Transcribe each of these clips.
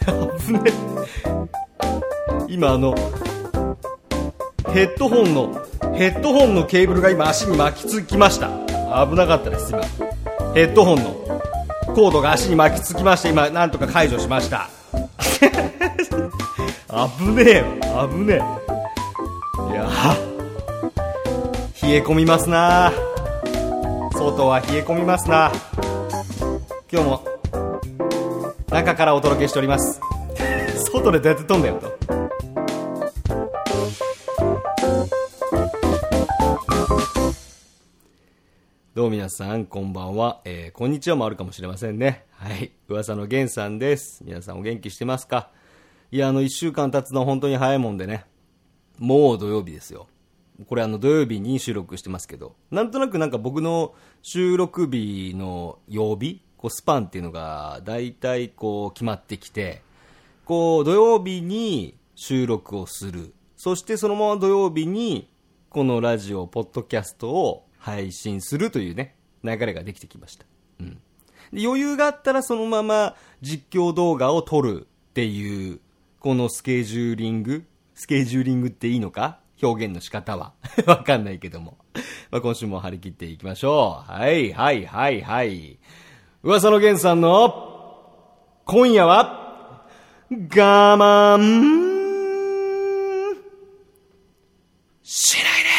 危ね。今ヘッドホンのケーブルが今足に巻きつきました。危なかったです。今ヘッドホンのコードが足に巻きつきまして、今なんとか解除しました。危ねえよ、危ねえ。いや冷え込みますな。外は冷え込みますな。今日も中からお届けしております。外でどうやって撮んだよと。どうも皆さんこんばんは、こんにちはもあるかもしれませんね。はい、噂の源さんです。皆さんお元気してますか？いや1週間経つのは本当に早いもんでね、もう土曜日ですよ。これ土曜日に収録してますけど、なんとなく僕の収録日の曜日スパンっていうのがだいたい決まってきて、土曜日に収録をする、そしてそのまま土曜日にこのラジオポッドキャストを配信するというね流れができてきました。で余裕があったらそのまま実況動画を撮るっていうこのスケジューリングっていいのか、表現の仕方はわかんないけども、今週も張り切っていきましょう。はいはいはいはい。噂の源さんの今夜は我慢しないで。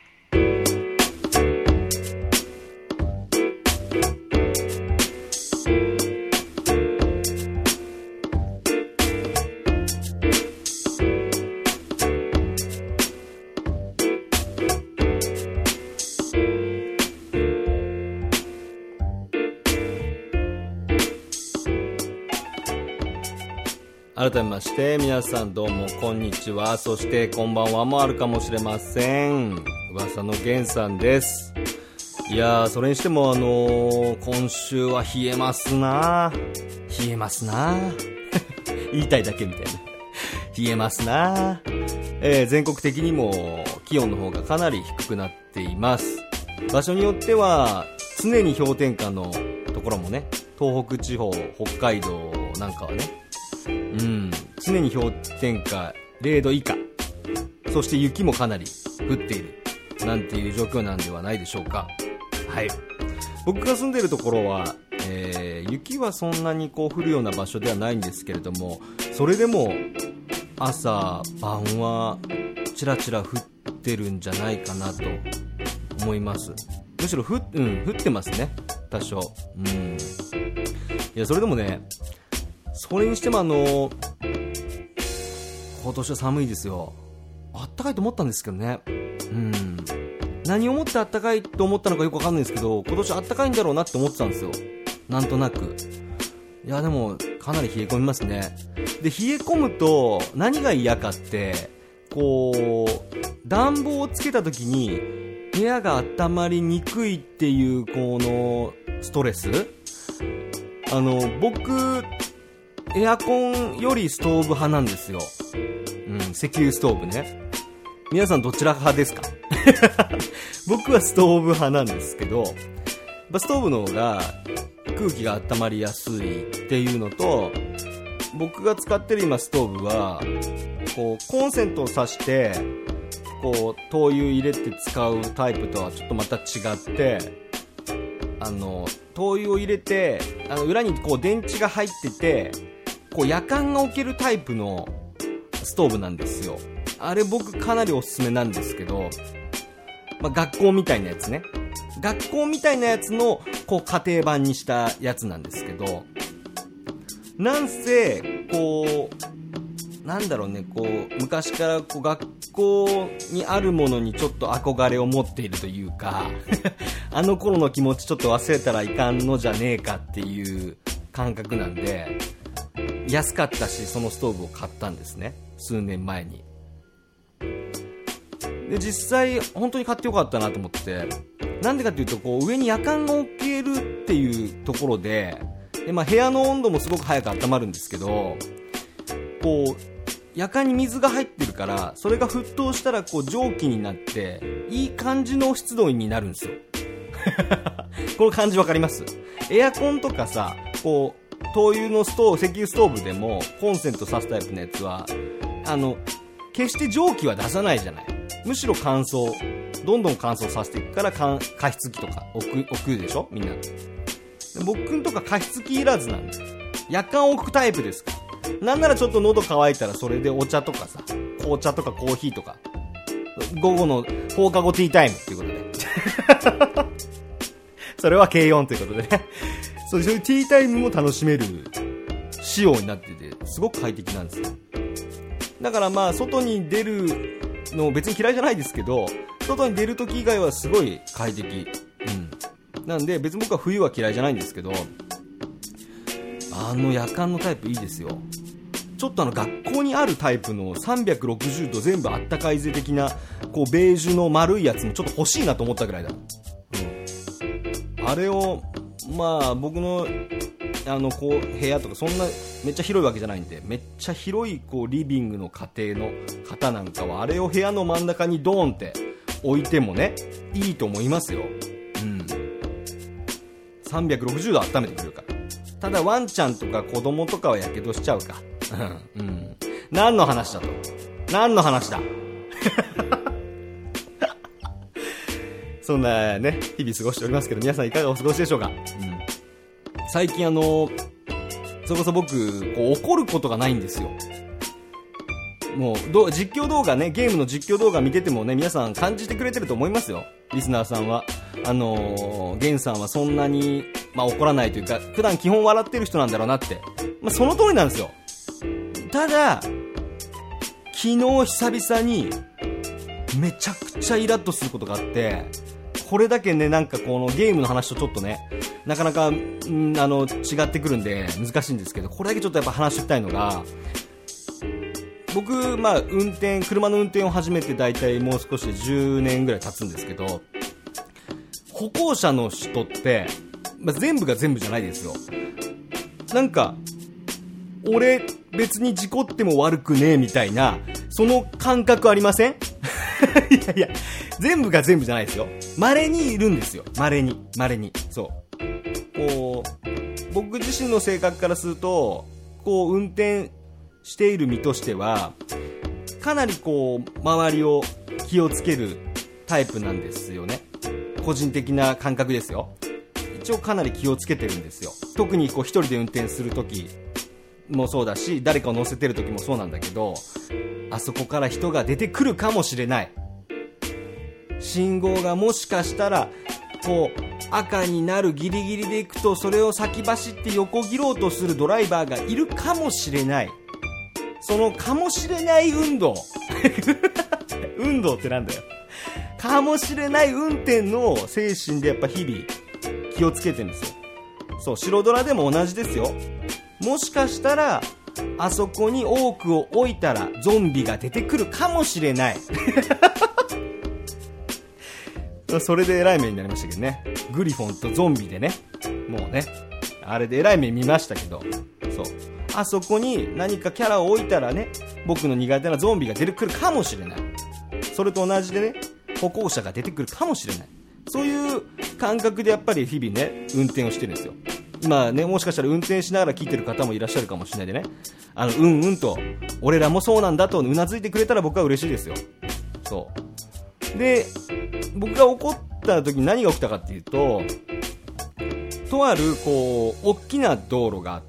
改めまして皆さんどうもこんにちは、そしてこんばんはもあるかもしれません。噂の源さんです。いやそれにしても今週は冷えますな言いたいだけみたいな。冷えますな。全国的にも気温の方がかなり低くなっています。場所によっては常に氷点下のところもね、東北地方、北海道なんかはね、常に氷点下0度以下、そして雪もかなり降っているなんていう状況なんではないでしょうか。はい、僕が住んでいるところは、雪はそんなに降るような場所ではないんですけれども、それでも朝晩はちらちら降ってるんじゃないかなと思います。むしろ降ってますね、多少。いやそれでもね、それにしても今年は寒いですよ。あったかいと思ったんですけどね。何をもってあったかいと思ったのかよくわかんないんですけど、今年あったかいんだろうなって思ってたんですよ、なんとなく。いやでもかなり冷え込みますね。で冷え込むと何が嫌かって、暖房をつけた時に部屋が温まりにくいっていうこのストレス。僕エアコンよりストーブ派なんですよ。石油ストーブね。皆さんどちら派ですか？僕はストーブ派なんですけど、ストーブの方が空気が温まりやすいっていうのと、僕が使ってる今ストーブはコンセントを挿して灯油入れて使うタイプとはちょっとまた違って、灯油を入れて裏に電池が入ってて夜間が置けるタイプのストーブなんですよ。あれ僕かなりおすすめなんですけど、学校みたいなやつね、学校みたいなやつの家庭版にしたやつなんですけど、なんせなんだろうね、昔から学校にあるものにちょっと憧れを持っているというかあの頃の気持ちちょっと忘れたらいかんのじゃねえかっていう感覚なんで、安かったしそのストーブを買ったんですね、数年前に。で実際本当に買ってよかったなと思って、なんでかっていうと上に夜間が置けるっていうところで、部屋の温度もすごく早く温まるんですけど、夜間に水が入ってるから、それが沸騰したら蒸気になっていい感じの湿度になるんですよこの感じわかります？エアコンとかさ、 灯油の石油ストーブでもコンセント挿すタイプのやつは決して蒸気は出さないじゃない。むしろ乾燥、どんどん乾燥させていくから加湿器とか置くでしょみんな。僕んとか加湿器いらずなんで夜間置くタイプですから。なんならちょっと喉乾いたらそれでお茶とかさ、紅茶とかコーヒーとか、午後の放課後ティータイムっていうことでそれは軽音ということでねそういうティータイムも楽しめる仕様になっててすごく快適なんですよ。だからまあ外に出るの別に嫌いじゃないですけど、外に出る時以外はすごい快適、なんで別に僕は冬は嫌いじゃないんですけど、夜間のタイプいいですよ。ちょっと学校にあるタイプの360度全部あったかいぜ的なこうベージュの丸いやつもちょっと欲しいなと思ったぐらいだ、あれをまあ僕のこう部屋とかそんなめっちゃ広いわけじゃないんで、めっちゃ広いこうリビングの家庭の方なんかはあれを部屋の真ん中にドーンって置いてもねいいと思いますよ。360度温めてくれるから。ただワンちゃんとか子供とかはやけどしちゃうか何の話だそんなね日々過ごしておりますけど、皆さんいかがお過ごしでしょうか。最近それこそ僕こう怒ることがないんですよ。もう実況動画ね、ゲームの実況動画見ててもね、皆さん感じてくれてると思いますよ、リスナーさんは。ゲンさんはそんなに、怒らないというか、普段基本笑ってる人なんだろうなって、その通りなんですよ。ただ昨日久々にめちゃくちゃイラッとすることがあって、これだけねなんかこのゲームの話とちょっとねなかなか違ってくるんで難しいんですけど、これだけちょっとやっぱ話しておきたいのが、僕車の運転を始めてだいたいもう少しで10年ぐらい経つんですけど、歩行者の人って、全部が全部じゃないですよ。なんか俺別に事故っても悪くねえみたいなその感覚ありませんいや全部が全部じゃないですよ。稀にいるんですよ。稀にそうこう僕自身の性格からすると、こう運転している身としてはかなりこう周りを気をつけるタイプなんですよね。個人的な感覚ですよ。一応かなり気をつけてるんですよ。特にこう一人で運転するときもそうだし、誰かを乗せてるときもそうなんだけど、あそこから人が出てくるかもしれない、信号がもしかしたらこう赤になるギリギリで行くと、それを先走って横切ろうとするドライバーがいるかもしれない、そのかもしれない運動運動ってなんだよ。かもしれない運転の精神でやっぱ日々気をつけてるんですよ。そう、白ドラでも同じですよ。もしかしたらあそこにオークを置いたらゾンビが出てくるかもしれないそれでえらい目になりましたけどね。グリフォンとゾンビでね、もうねあれでえらい目見ましたけど、そう、あそこに何かキャラを置いたらね、僕の苦手なゾンビが出てくるかもしれない。それと同じでね、歩行者が出てくるかもしれない。そういう感覚でやっぱり日々ね運転をしてるんですよ。今ね、もしかしたら運転しながら聞いてる方もいらっしゃるかもしれないでね、うんと俺らもそうなんだとうなずいてくれたら僕は嬉しいですよ。そうで、僕が怒った時に何が起きたかっていうと、とあるこう大きな道路があって、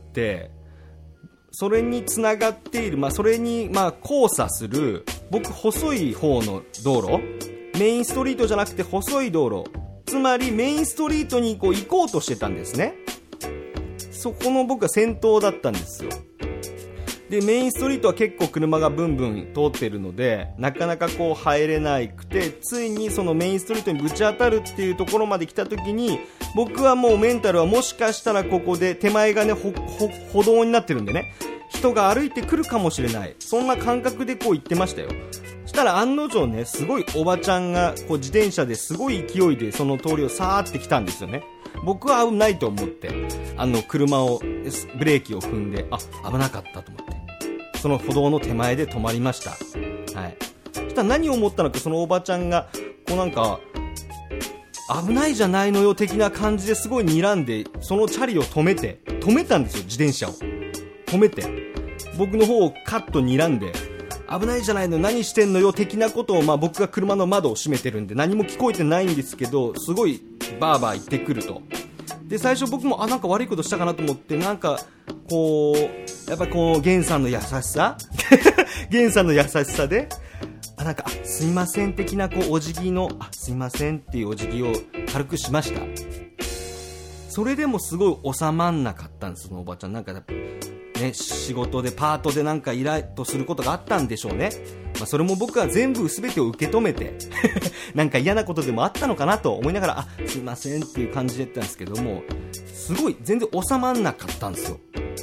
それにつながっている、それに交差する、僕細い方の道路、メインストリートじゃなくて細い道路、つまりメインストリートにこう行こうとしてたんですね。そこの僕は先頭だったんですよ。でメインストリートは結構車がブンブン通っているので、なかなかこう入れなくて、ついにそのメインストリートにぶち当たるっていうところまで来た時に、僕はもうメンタルはもしかしたらここで手前がね歩道になってるんでね、人が歩いてくるかもしれない、そんな感覚でこう言ってましたよ。したら案の定ね、すごいおばちゃんがこう自転車ですごい勢いでその通りをさーって来たんですよね。僕は危ないと思って車をブレーキを踏んで、危なかったと思ってその歩道の手前で止まりました。はい。そしたら何を思ったのか、そのおばちゃんがこうなんか危ないじゃないのよ的な感じですごい睨んで、そのチャリを止めたんですよ。自転車を止めて僕の方をカッと睨んで、危ないじゃないの何してんのよ的なことを、僕が車の窓を閉めてるんで何も聞こえてないんですけど、すごいバーバー言ってくると。で最初僕もなんか悪いことしたかなと思って、なんかこうやっぱこう源さんの優しさ源さんの優しさで、なんかすいません的なこうお辞儀のすいませんっていうお辞儀を軽くしました。それでもすごい収まんなかったんです。そのおばちゃんなんかね、仕事でパートでなんかイラッとすることがあったんでしょうね。それも僕は全部全てを受け止めてなんか嫌なことでもあったのかなと思いながら、すいませんっていう感じだったんですけども、すごい全然収まんなかったんですよ。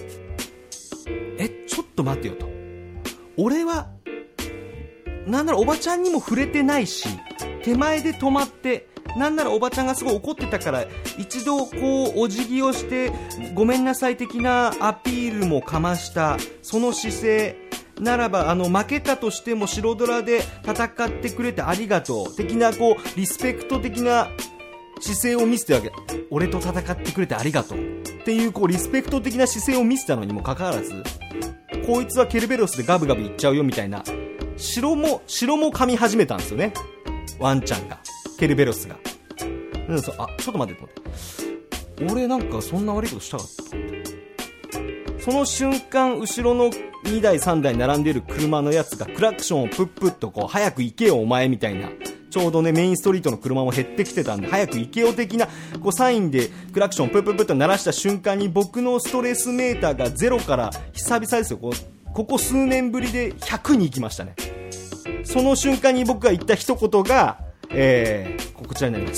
ちょっと待てよと。俺はなんならおばちゃんにも触れてないし、手前で止まって、なんならおばちゃんがすごい怒ってたから一度こうお辞儀をしてごめんなさい的なアピールもかました。その姿勢ならば負けたとしても白ドラで戦ってくれてありがとう的なこうリスペクト的な姿勢を見せてるわけ。俺と戦ってくれてありがとうっていうこうリスペクト的な姿勢を見せたのにもかかわらず、こいつはケルベロスでガブガブいっちゃうよみたいな、城も噛み始めたんですよね、ワンちゃんが、ケルベロスが。ちょっと待ってと思って、俺なんかそんな悪いことしたかったと思って。その瞬間後ろの2台3台並んでる車のやつがクラクションをプップッとこう早く行けよお前みたいな、ちょうどねメインストリートの車も減ってきてたんで早く行けよ的なこうサインでクラクションプップップッと鳴らした瞬間に、僕のストレスメーターが0から久々ですよ、ここ数年ぶりで100に行きましたね。その瞬間に僕が言った一言が、こちらになります。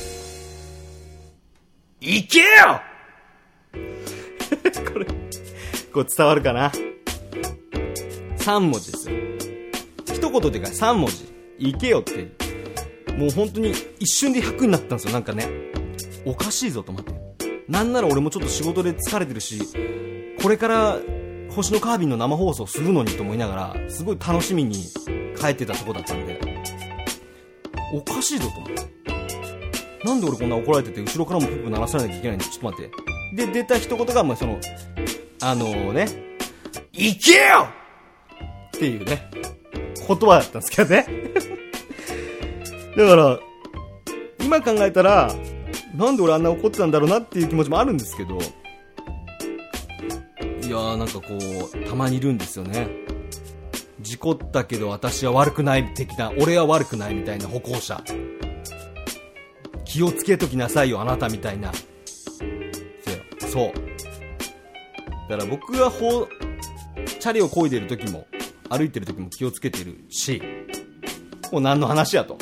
行けよこれ伝わるかな。3文字ですよ。一言でかい3文字。行けよって。もう本当に一瞬で100になったんですよ。なんかね、おかしいぞと思って。なんなら俺もちょっと仕事で疲れてるし、これから星のカービィの生放送するのにと思いながら、すごい楽しみに帰ってたとこだったんで、おかしいぞと思って。なんで俺こんな怒られてて後ろからもプップ鳴らさなきゃいけないんだ、ちょっと待って。で出た一言が行けよっていうね言葉だったんですけどねだから今考えたらなんで俺あんな怒ってたんだろうなっていう気持ちもあるんですけど、いやーなんかこうたまにいるんですよね。事故ったけど私は悪くない的な、俺は悪くないみたいな歩行者、気をつけときなさいよあなたみたいな。そうだから僕はチャリを漕いでる時も歩いてる時も気をつけてるし、もう何の話やと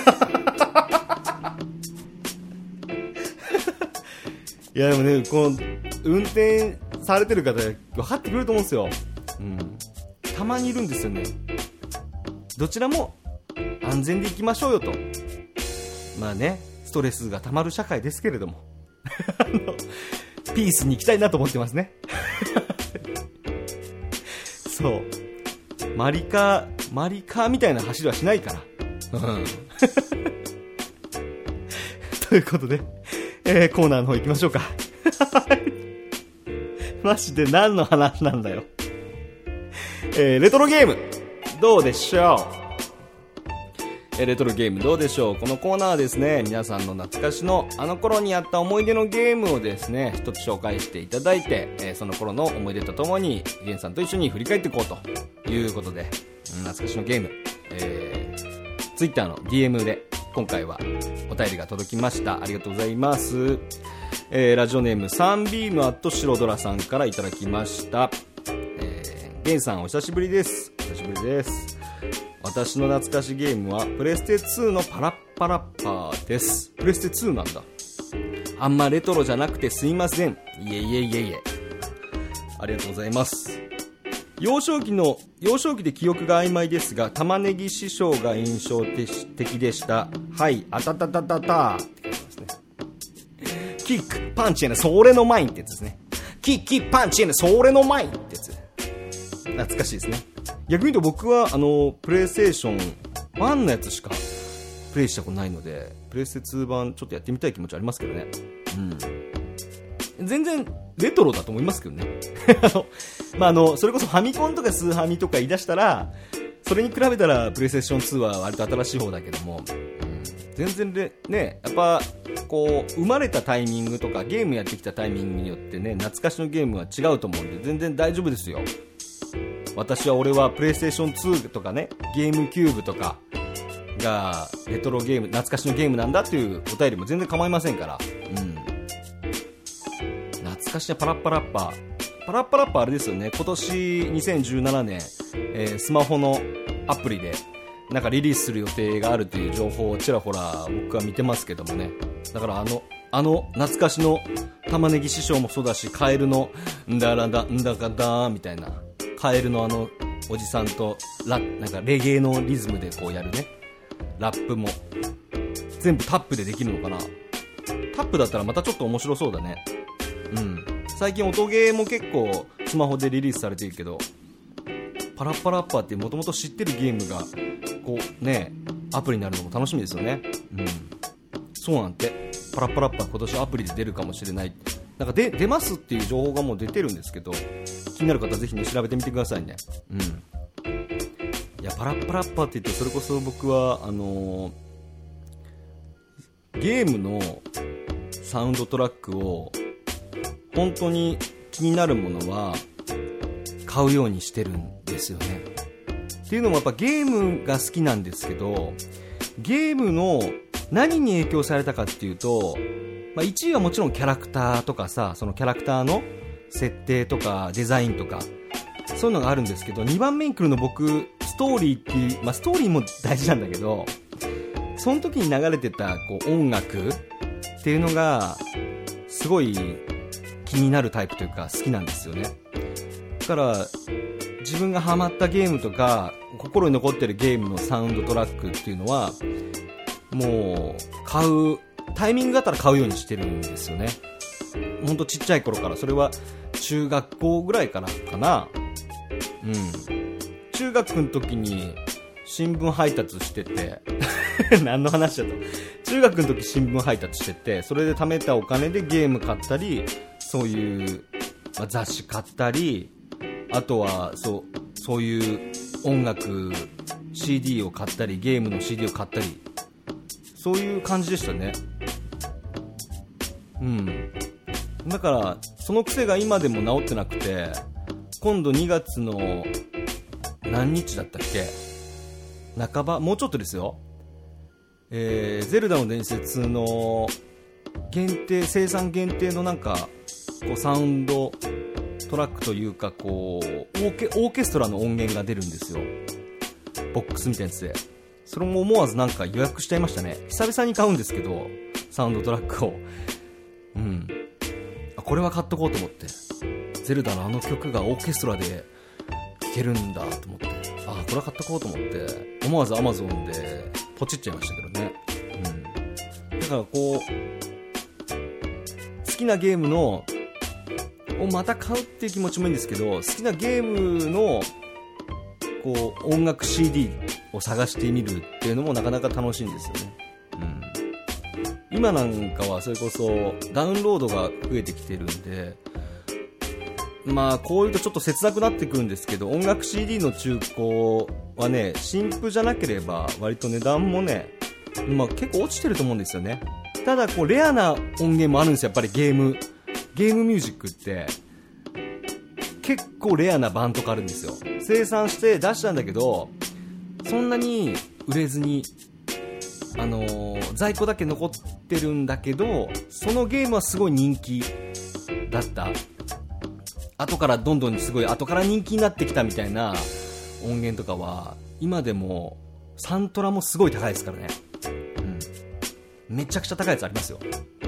いやでもね、この運転されてる方分かってくれると思うんですよ。たまにいるんですよね。どちらも安全で行きましょうよと。まあね、ストレスがたまる社会ですけれどもピースに行きたいなと思ってますねそうマリカーみたいな走りはしないからということで、コーナーの方行きましょうかマジで何の話なんだよ。レトロゲームどうでしょう。レトロゲームどうでしょう。このコーナーはですね、皆さんの懐かしのあの頃にあった思い出のゲームをですね一つ紹介していただいて、その頃の思い出とともにゲンさんと一緒に振り返っていこうということで、懐かしのゲーム、Twitter の DM で今回はお便りが届きました。ありがとうございます。ラジオネームサンビームアットシロドラさんからいただきました。ゲンさんお久しぶりです。お久しぶりです。私の懐かしゲームはプレステ2のパラッパラッパーです。プレステ2なんだ。あんまレトロじゃなくてすいません。いえありがとうございます。幼少期で記憶が曖昧ですが、玉ねぎ師匠が印象的でした。はい、あたたたたたって書いてますね。キックパンチやねそれのマインってやつですね。キッキパンチやねそれのマインってやつ。懐かしいですね。逆に言うと僕はプレイステーション1のやつしかプレイしたことないので、プレステ2版ちょっとやってみたい気持ちありますけどね。全然レトロだと思いますけどね。それこそファミコンとかスーファミとか言い出したら、それに比べたらプレイステーション2は割と新しい方だけども、全然ね、やっぱこう生まれたタイミングとかゲームやってきたタイミングによってね、懐かしのゲームは違うと思うんで、全然大丈夫ですよ。俺はプレイステーション2とかね、ゲームキューブとかがレトロゲーム、懐かしのゲームなんだっていうお便りも全然構いませんから。懐かしいパラッパラッパあれですよね。今年2017年、スマホのアプリでなんかリリースする予定があるという情報をちらほら僕は見てますけどもね。だから懐かしの玉ねぎ師匠もそうだし、カエルのんだらだんだかだみたいな、カエルのおじさんとなんかレゲエのリズムでこうやるね、ラップも全部タップでできるのかな。タップだったらまたちょっと面白そうだね。最近音ゲーも結構スマホでリリースされているけど、パラッパラッパーってもともと知ってるゲームがこうね、アプリになるのも楽しみですよね。そうなんて、パラッパラッパー今年アプリで出るかもしれない、なんか出ますっていう情報がもう出てるんですけど、気になる方はぜひね調べてみてくださいね。いや、パラッパラッパーって言って、それこそ僕はゲームのサウンドトラックを本当に気になるものは買うようにしてるんですよね。っていうのもやっぱゲームが好きなんですけど、ゲームの何に影響されたかっていうと、1位はもちろんキャラクターとかさ、そのキャラクターの設定とかデザインとかそういうのがあるんですけど、2番目に来るの僕ストーリーっていう、ストーリーも大事なんだけど、その時に流れてたこう音楽っていうのがすごい気になるタイプというか好きなんですよね。だから自分がハマったゲームとか心に残ってるゲームのサウンドトラックっていうのはもう買うタイミングだったら買うようにしてるんですよね。ほんとちっちゃい頃から、それは中学校ぐらいからかな。中学の時に新聞配達してて何の話だと、中学の時新聞配達してて、それで貯めたお金でゲーム買ったり、そういう、雑誌買ったり、あとはそういう音楽 CD を買ったり、ゲームの CD を買ったり、そういう感じでしたね。だからその癖が今でも治ってなくて、今度2月の何日だったっけ、半ば、もうちょっとですよ。ゼルダの伝説の生産限定のなんかこうサウンドトラックというか、こうオーケストラの音源が出るんですよ。ボックスみたいなやつで、それも思わずなんか予約しちゃいましたね。久々に買うんですけど、サウンドトラックを。これは買っとこうと思って、ゼルダのあの曲がオーケストラで聴けるんだと思って、これは買っとこうと思って思わず Amazon でポチっちゃいましたけどね。だからこう好きなゲームのをまた買うっていう気持ちもいいんですけど、好きなゲームのこう音楽 CD を探してみるっていうのもなかなか楽しいんですよね。今なんかはそれこそダウンロードが増えてきてるんで、こういうとちょっと切なくなってくるんですけど、音楽 CD の中古はね、新譜じゃなければ割と値段もね、結構落ちてると思うんですよね。ただこうレアな音源もあるんですよ。やっぱりゲームミュージックって結構レアな版とかあるんですよ。生産して出したんだけど、そんなに売れずに在庫だけ残ってるんだけど、そのゲームはすごい人気だった。後からどんどんすごい後から人気になってきたみたいな音源とかは今でもサントラもすごい高いですからね。めちゃくちゃ高いやつありますよ。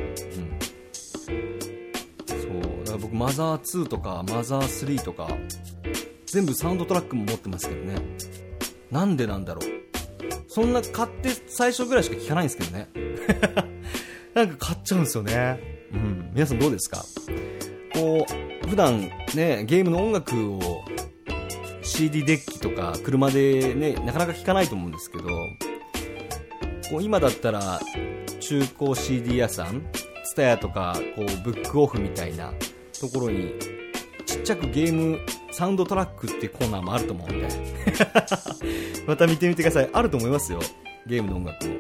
そうだから僕マザー2とかマザー3とか全部サウンドトラックも持ってますけどね。なんでなんだろう。そんな買って最初ぐらいしか聞かないんですけどねなんか買っちゃうんですよね。皆さんどうですか？こう普段ね、ゲームの音楽を CD デッキとか車でね、なかなか聞かないと思うんですけど、 こう今だったら中古 CD 屋さん、TSUTAYAとかこうブックオフみたいなところにちっちゃくゲームサウンドトラックっていうコーナーもあると思うんでまた見てみてください。あると思いますよ、ゲームの音楽を、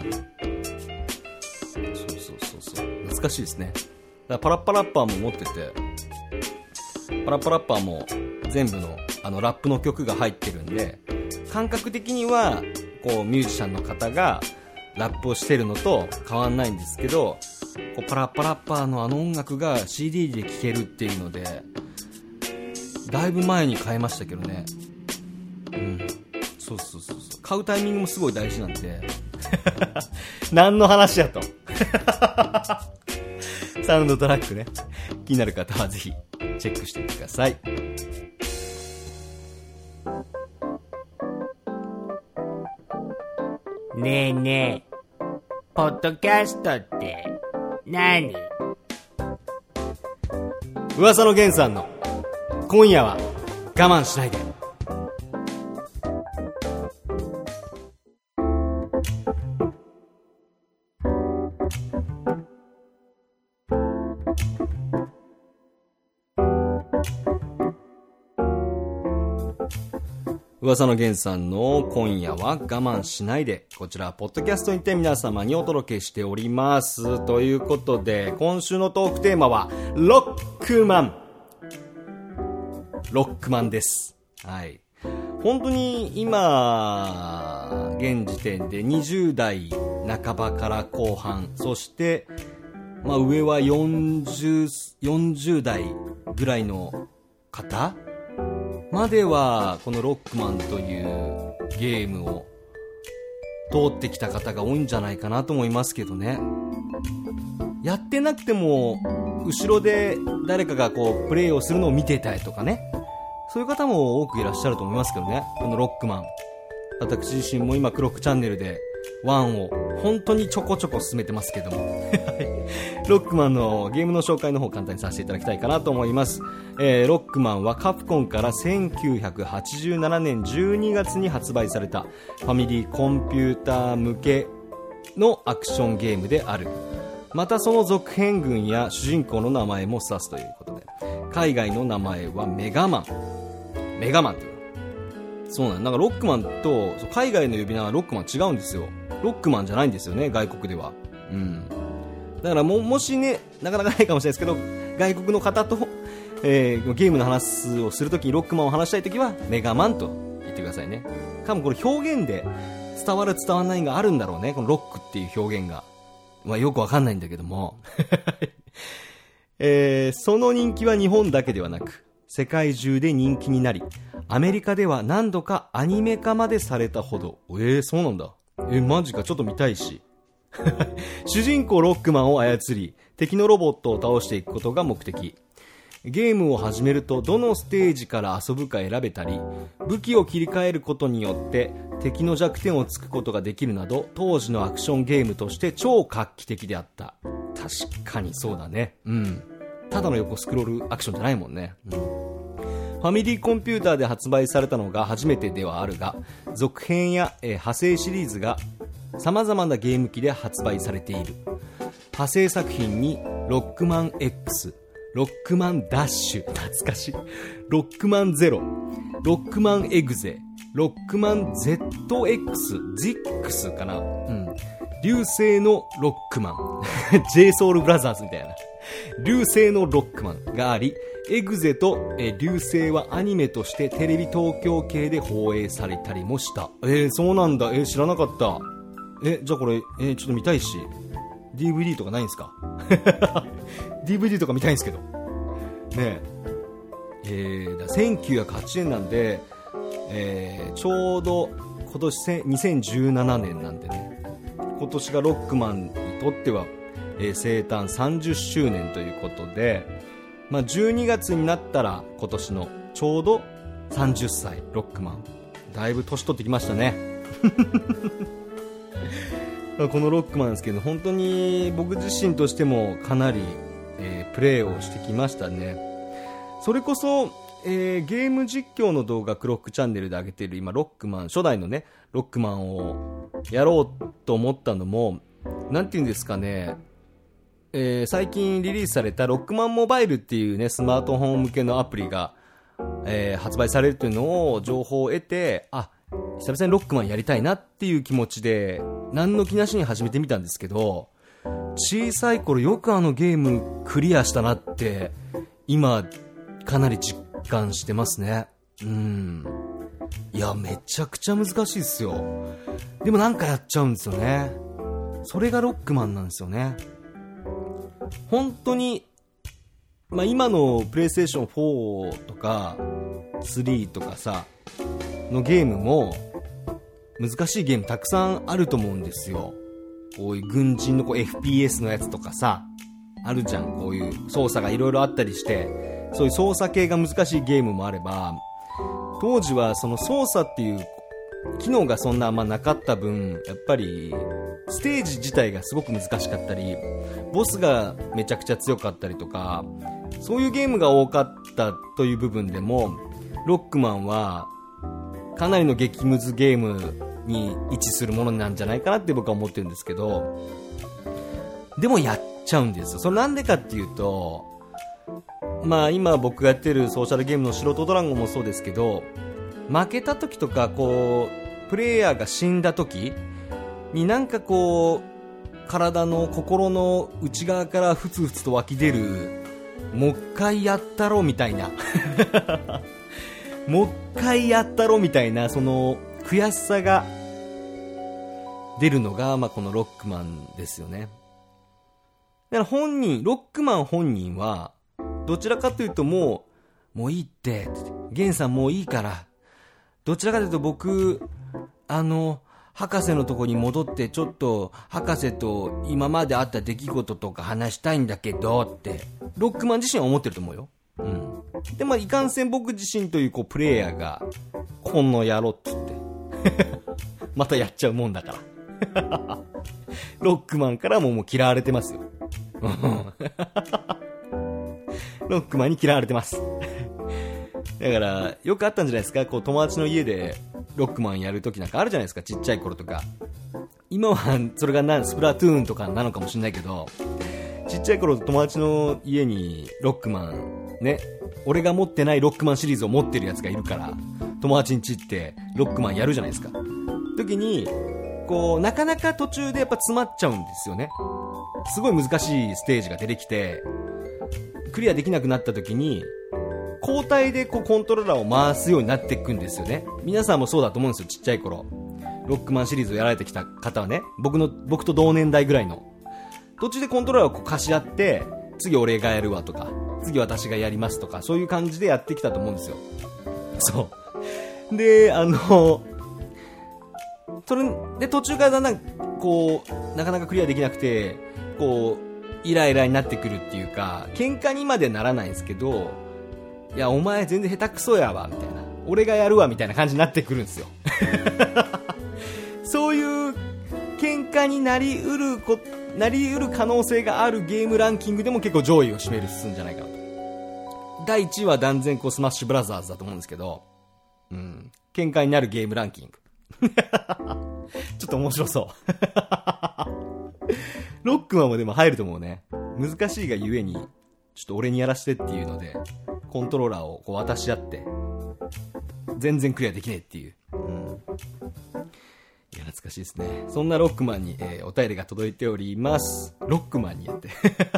そう懐かしいですね。だからパラッパラッパーも持ってて、パラッパラッパーも全部のラップの曲が入ってるんで、感覚的にはこうミュージシャンの方がラップをしてるのと変わんないんですけど、こうパラッパラッパーの音楽が CD で聴けるっていうので、だいぶ前に買いましたけどね。そう買うタイミングもすごい大事なんで何の話やとサウンドトラックね、気になる方はぜひチェックしてみてください。 ねえねえ、ポッドキャストって何？ 噂の源さんの今夜は我慢しないで。噂の源さんの今夜は我慢しないで、こちらポッドキャストにて皆様にお届けしております。ということで今週のトークテーマはロックマンです。はい、本当に今現時点で20代半ばから後半、そして上は40代ぐらいの方まではこのロックマンというゲームを通ってきた方が多いんじゃないかなと思いますけどね。やってなくても後ろで誰かがこうプレイをするのを見てたりとかね、そういう方も多くいらっしゃると思いますけどね。このロックマン、私自身も今クロックチャンネルで1を本当にちょこちょこ進めてますけどもロックマンのゲームの紹介の方簡単にさせていただきたいかなと思います。ロックマンはカプコンから1987年12月に発売されたファミリーコンピューター向けのアクションゲームである。またその続編群や主人公の名前も指すということで、海外の名前はメガマンという。そうなんだからロックマンと海外の呼び名はロックマン違うんですよ。ロックマンじゃないんですよね、外国では。だからもしね、なかなかないかもしれないですけど、外国の方と、ゲームの話をするときにロックマンを話したいときはメガマンと言ってくださいね。多分これ表現で伝わる伝わらないがあるんだろうね、このロックっていう表現が。よくわかんないんだけども、その人気は日本だけではなく世界中で人気になり、アメリカでは何度かアニメ化までされたほど。そうなんだ。マジか、ちょっと見たいし主人公ロックマンを操り敵のロボットを倒していくことが目的。ゲームを始めるとどのステージから遊ぶか選べたり、武器を切り替えることによって敵の弱点を突くことができるなど、当時のアクションゲームとして超画期的であった。確かにそうだね。ただの横スクロールアクションじゃないもんね。ファミリーコンピューターで発売されたのが初めてではあるが、続編や、派生シリーズが様々なゲーム機で発売されている。派生作品にロックマン X、ロックマンダッシュ、懐かしい、ロックマンゼロ、ロックマンエグゼ、ロックマン ZX、ZX かな、流星のロックマンJSOUL BROTHERS みたいな流星のロックマンがあり、エグゼと流星はアニメとしてテレビ東京系で放映されたりもした。そうなんだ。知らなかった。じゃあこれ、ちょっと見たいし DVD とかないんすかDVD とか見たいんですけどねだ1908年なんで、ちょうど今年2017年なんでね、今年がロックマンにとっては、生誕30周年ということで、12月になったら今年のちょうど30歳ロックマン、だいぶ年取ってきましたねこのロックマンですけど、本当に僕自身としてもかなり、プレイをしてきましたね。それこそ、 ゲーム実況の動画クロックチャンネルで上げている今ロックマン、初代のねロックマンをやろうと思ったのも、なんていうんですかね、最近リリースされたロックマンモバイルっていうねスマートフォン向けのアプリが、発売されるというのを情報を得て、久々にロックマンやりたいなっていう気持ちで何の気なしに始めてみたんですけど、小さい頃よくあのゲームクリアしたなって今かなり実感してますね。いやめちゃくちゃ難しいですよ。でもなんかやっちゃうんですよね。それがロックマンなんですよね。本当に、今のプレイステーション4とか3とかさのゲームも難しいゲームたくさんあると思うんですよ。こういう軍人のFPS のやつとかさあるじゃん。こういう操作がいろいろあったりして、そういう操作系が難しいゲームもあれば、当時はその操作っていう機能がそんなあんまなかった分、やっぱりステージ自体がすごく難しかったり、ボスがめちゃくちゃ強かったりとか、そういうゲームが多かったという部分でもロックマンはかなりの激ムズゲームに位置するものなんじゃないかなって僕は思ってるんですけど、でもやっちゃうんですよ。それなんでかっていうと、今僕がやってるソーシャルゲームの素人ドラゴンもそうですけど、負けた時とかプレイヤーが死んだ時になんか体の心の内側からふつふつと湧き出る、もう一回やったろみたいなもう一回やったろみたいな、その悔しさが出るのが、このロックマンですよね。だからロックマン本人はどちらかというともういいってゲンさんもういいから、どちらかというと僕博士のとこに戻ってちょっと博士と今まであった出来事とか話したいんだけどってロックマン自身は思ってると思うよ。でいかんせん僕自身というプレイヤーがこんのやろって言ってまたやっちゃうもんだからロックマンからもう嫌われてますよロックマンに嫌われてますだからよくあったんじゃないですか、友達の家でロックマンやるときなんかあるじゃないですか、ちっちゃい頃とか。今はそれがスプラトゥーンとかなのかもしれないけど、ちっちゃい頃友達の家にロックマンね、俺が持ってないロックマンシリーズを持ってるやつがいるから、友達ん家行ってロックマンやるじゃないですか。時になかなか途中でやっぱ詰まっちゃうんですよね。すごい難しいステージが出てきてクリアできなくなった時に交代でコントローラーを回すようになっていくんですよね。皆さんもそうだと思うんですよ。ちっちゃい頃ロックマンシリーズをやられてきた方はね、僕と同年代ぐらいの途中でコントローラーを貸し合って、次俺がやるわとか次私がやりますとか、そういう感じでやってきたと思うんですよ。そうでそれで途中からだんだんなかなかクリアできなくてイライラになってくるっていうか、喧嘩にまでならないんですけど、いやお前全然下手くそやわみたいな、俺がやるわみたいな感じになってくるんですよそういう喧嘩になりうる可能性があるゲームランキングでも結構上位を占めるんじゃないかなと。第1位は断然スマッシュブラザーズだと思うんですけど、喧嘩になるゲームランキングちょっと面白そうロックマンもでも入ると思うね。難しいがゆえにちょっと俺にやらせてっていうのでコントローラーを渡し合って全然クリアできねえっていう、いや懐かしいですね。そんなロックマンに、お便りが届いております。ロックマンにやって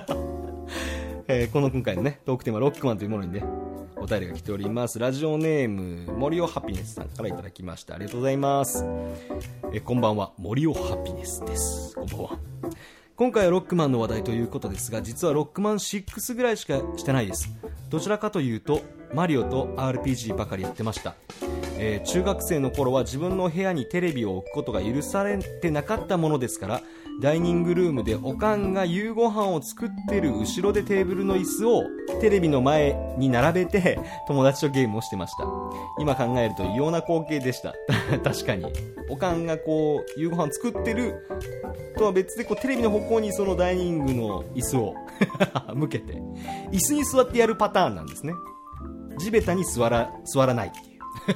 今回のねトークテーマロックマンというものにねお便りが来ております。ラジオネーム森尾ハピネスさんからいただきました。ありがとうございます。こんばんは、森尾ハピネスです。こんばんは。今回はロックマンの話題ということですが、実はロックマン6ぐらいしかしてないです。どちらかというとマリオと RPG ばかりやってました。中学生の頃は自分の部屋にテレビを置くことが許されてなかったものですから、ダイニングルームでおかんが夕ご飯を作ってる後ろでテーブルの椅子をテレビの前に並べて友達とゲームをしてました。今考えると異様な光景でした確かにおかんが夕ご飯作ってるとは別でテレビの方向にそのダイニングの椅子を向けて椅子に座ってやるパターンなんですね。 地べたに座らないっていう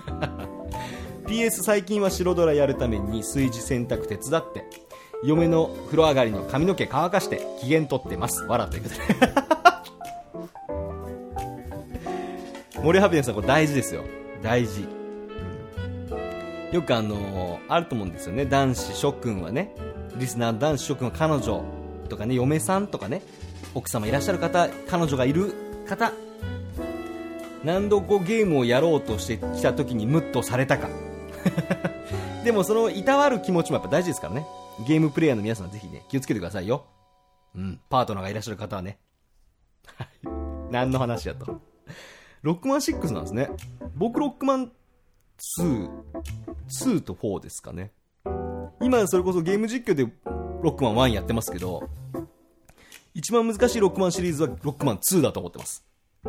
PS 最近は白ドラやるために炊事洗濯手伝って嫁の風呂上がりの髪の毛乾かして機嫌取ってますわらということで森ハピネスさん、これ大事ですよ、大事、よくあると思うんですよね。男子諸君はね、リスナーの男子諸君は彼女とかね、嫁さんとかね、奥様いらっしゃる方、彼女がいる方、何度ゲームをやろうとしてきた時にムッとされたかでもそのいたわる気持ちもやっぱ大事ですからね。ゲームプレイヤーの皆さんはぜひね、気をつけてくださいよ。パートナーがいらっしゃる方はね何の話やと。ロックマン6なんですね。僕ロックマン2と4ですかね。今それこそゲーム実況でロックマン1やってますけど、一番難しいロックマンシリーズはロックマン2だと思ってます。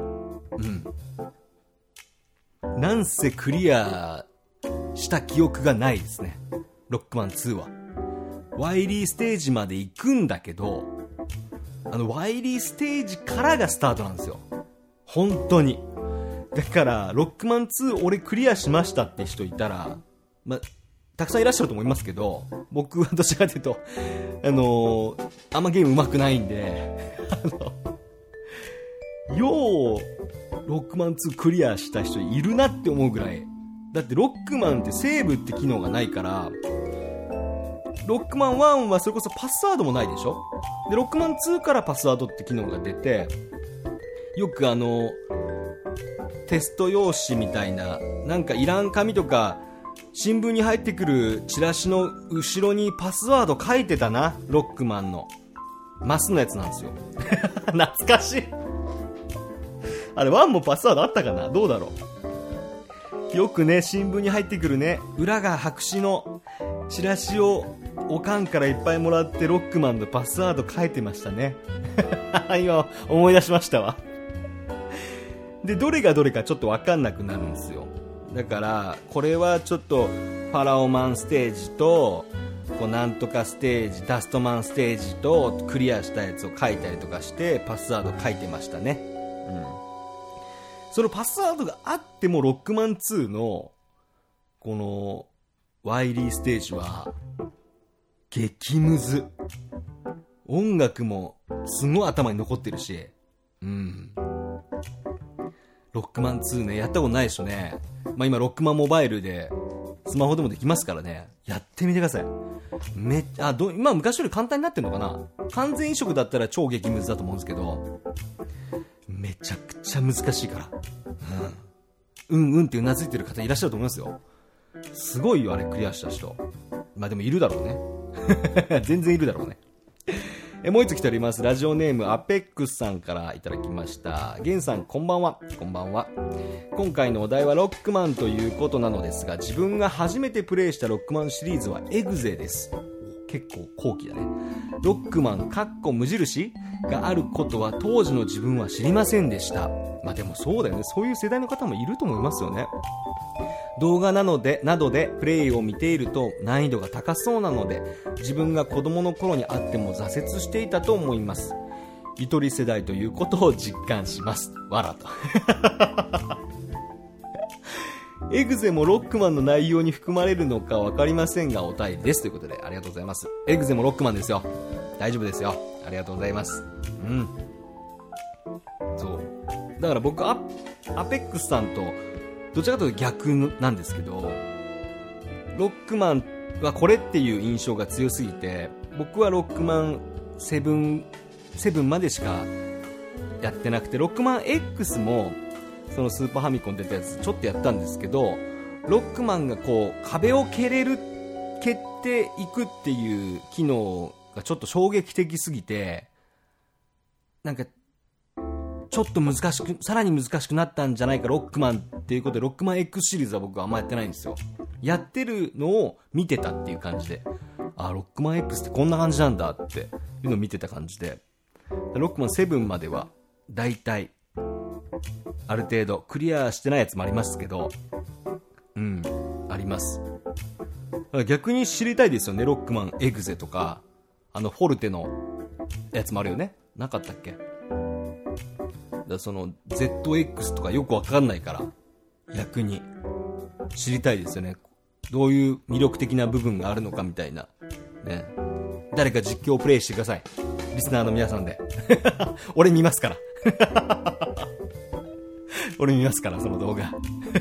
なんせクリアした記憶がないですね、ロックマン2は。ワイリーステージまで行くんだけど、ワイリーステージからがスタートなんですよ、本当に。だからロックマン2俺クリアしましたって人いたら、たくさんいらっしゃると思いますけど、僕はどちらかというとあんまゲーム上手くないんでようロックマン2クリアした人いるなって思うぐらい。だってロックマンってセーブって機能がないから、ロックマン1はそれこそパスワードもないでしょ。でロックマン2からパスワードって機能が出て、よくテスト用紙みたいな、なんかいらん紙とか新聞に入ってくるチラシの後ろにパスワード書いてたな、ロックマンのマスのやつなんですよ懐かしいあれ1もパスワードあったかな、どうだろう。よくね、新聞に入ってくるね、裏が白紙のチラシをおかんからいっぱいもらってロックマンのパスワード書いてましたね今思い出しましたわでどれがどれかちょっと分かんなくなるんですよ。だからこれはちょっとファラオマンステージとなんとかステージ、ダストマンステージとクリアしたやつを書いたりとかしてパスワード書いてましたね。そのパスワードがあってもロックマン2のこのワイリーステージは激ムズ、音楽もすごい頭に残ってるし、ロックマン2ね、やったことないでしょね。今ロックマンモバイルでスマホでもできますからね、やってみてください。今昔より簡単になってるのかな。完全移植だったら超激ムズだと思うんですけど、めちゃくちゃ難しいから、ってうなずいてる方いらっしゃると思いますよ。すごいよ、あれクリアした人。でもいるだろうね全然いるだろうね。もう一つ来ております。ラジオネームアペックスさんからいただきました。ゲンさん、こんばんは。こんばんは。今回のお題はロックマンということなのですが、自分が初めてプレイしたロックマンシリーズはエグゼです。結構後期だね。ロックマン無印があることは当時の自分は知りませんでした。でもそうだよね、そういう世代の方もいると思いますよね。動画などでプレイを見ていると難易度が高そうなので、自分が子供の頃にあっても挫折していたと思います。ゆとり世代ということを実感します。わらとエグゼもロックマンの内容に含まれるのか分かりませんがお便りです、ということでありがとうございます。エグゼもロックマンですよ、大丈夫ですよ、ありがとうございます。そうだから僕アペックスさんとどちらかというと逆なんですけど、ロックマンはこれっていう印象が強すぎて、僕はロックマン7までしかやってなくて、ロックマン X もそのスーパーファミコン出たやつちょっとやったんですけど、ロックマンが壁を蹴っていくっていう機能がちょっと衝撃的すぎて、なんかちょっとさらに難しくなったんじゃないかロックマンっていうことで、ロックマン X シリーズは僕はあんまやってないんですよ。やってるのを見てたっていう感じで、ロックマン X ってこんな感じなんだっていうのを見てた感じで、ロックマン7まではだいたいある程度クリアしてないやつもありますけど、あります。逆に知りたいですよね、ロックマンエグゼとかフォルテのやつもあるよね、なかったっけ。 らその ZX とかよくわかんないから逆に知りたいですよね。どういう魅力的な部分があるのかみたいなね。誰か実況をプレイしてください、リスナーの皆さんで俺見ますから俺見ますからその動画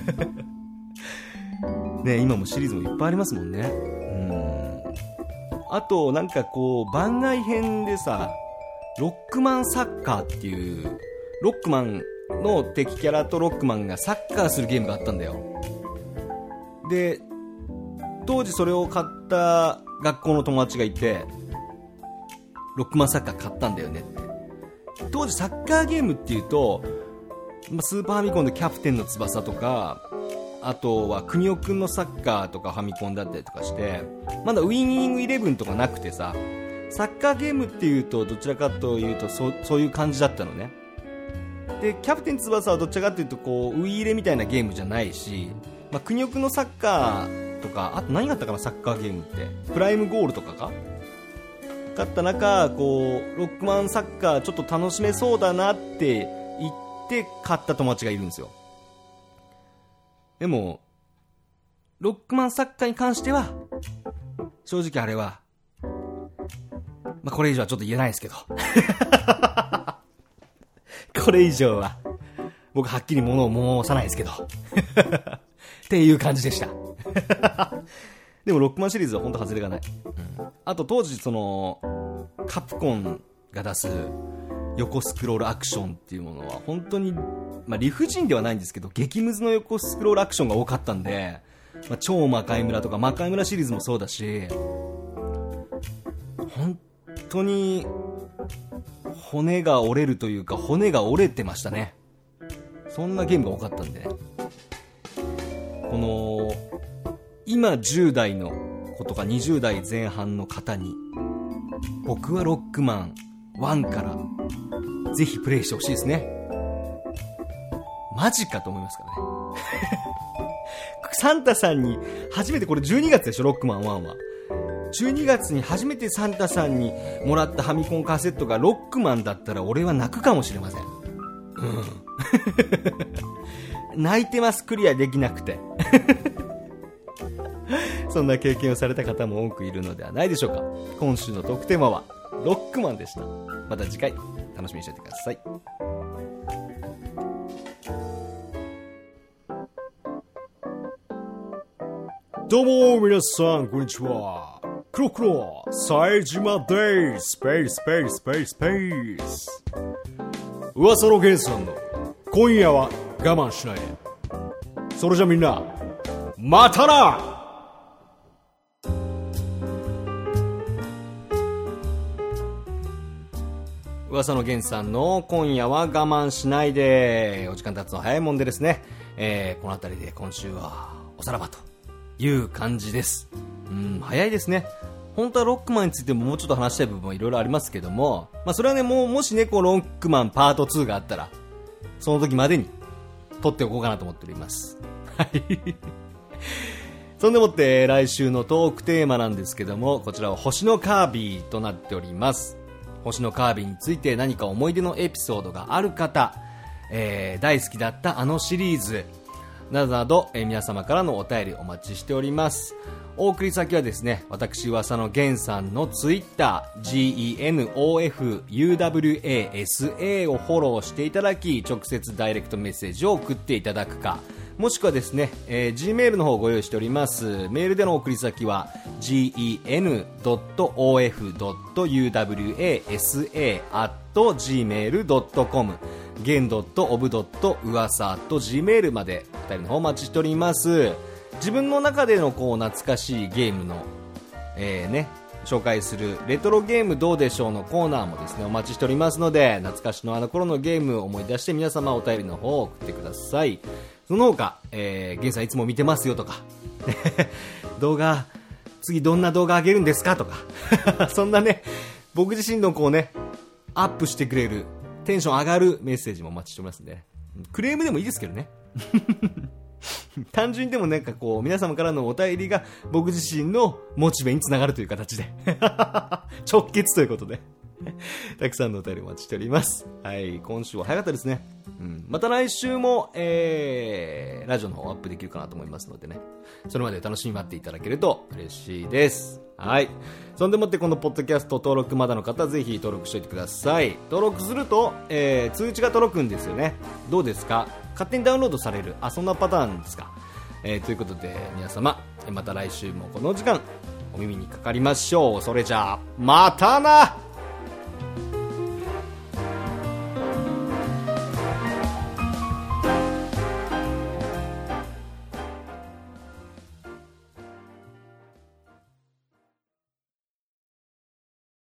ね、今もシリーズもいっぱいありますもんね。あとなんかこう番外編でさ、ロックマンサッカーっていうロックマンの敵キャラとロックマンがサッカーするゲームがあったんだよ。で当時それを買った学校の友達がいて、ロックマンサッカー買ったんだよねって。当時サッカーゲームっていうと、スーパーファミコンでキャプテンの翼とか、あとはくにおくんのサッカーとかファミコンだったりとかして、まだウイニングイレブンとかなくてさ、サッカーゲームっていうとどちらかというとそういう感じだったのね。でキャプテン翼はどちらかというとこうウイイレみたいなゲームじゃないし、くにおくんのサッカーとか、あと何があったかな、サッカーゲームってプライムゴールとかかだった中、こうロックマンサッカーちょっと楽しめそうだなって言って買った友達がいるんですよ。でもロックマンサッカーに関しては正直あれは、これ以上はちょっと言えないですけどこれ以上は僕はっきり物を申さないですけどっていう感じでしたでもロックマンシリーズは本当外れがない、あと当時そのカプコンが出す横スクロールアクションっていうものは本当に、理不尽ではないんですけど激ムズの横スクロールアクションが多かったんで、超魔界村とか魔界村シリーズもそうだし、本当に骨が折れるというか骨が折れてましたね。そんなゲームが多かったんでね、この今10代の子とか20代前半の方に僕はロックマン1からぜひプレイしてほしいですね。マジかと思いますからねサンタさんに初めて、これ12月でしょ、ロックマン1は12月に初めてサンタさんにもらったファミコンカセットがロックマンだったら俺は泣くかもしれません。泣いてます、クリアできなくてそんな経験をされた方も多くいるのではないでしょうか。今週のトークテーマはロックマンでした。また次回楽しみにしておいてください。 どうも皆さんこんにちは、クロクロ冴島です。スペーススペーススペーススペース、噂のゲンさんの今夜は我慢しないで。それじゃみんなまたな。 噂の源さんの今夜は我慢しないで、お時間経つの早いもんでですね、この辺りで今週はおさらばという感じです。早いですね。本当はロックマンについてももうちょっと話したい部分はいろいろありますけども、それはね、もしねこうロックマンパート2があったらその時までに撮っておこうかなと思っておりますはいそんでもって来週のトークテーマなんですけども、こちらは星のカービィとなっております。星のカービィについて何か思い出のエピソードがある方、大好きだったあのシリーズなどなど、皆様からのお便りお待ちしております。お送り先はですね、私噂の源さんのツイッター GENOFUWASA をフォローしていただき、直接ダイレクトメッセージを送っていただくか、もしくはですね、Gmail の方をご用意しております。メールでの送り先は gen.of.uwasa@gmail.com gen.of.uwasa@gmail まで2人の方お待ちしております。自分の中でのこう懐かしいゲームの、紹介するレトロゲームどうでしょうのコーナーもですねお待ちしておりますので、懐かしのあの頃のゲームを思い出して皆様お便りの方を送ってください。その他、源さんいつも見てますよとか動画次どんな動画上げるんですかとかそんなね、僕自身のこうねアップしてくれるテンション上がるメッセージもお待ちしておりますんで、クレームでもいいですけどね単純にでもなんかこう皆様からのお便りが僕自身のモチベにつながるという形で直結ということでたくさんのお便りお待ちしております。はい、今週は早かったですね。また来週も、ラジオの方アップできるかなと思いますのでね、それまで楽しみ待っていただけると嬉しいです。はい。そんでもってこのポッドキャスト登録まだの方ぜひ登録しておいてください。登録すると、通知が届くんですよね。どうですか？勝手にダウンロードされる。そんなパターンですか。ということで皆様、また来週もこの時間お耳にかかりましょう。それじゃあまたな。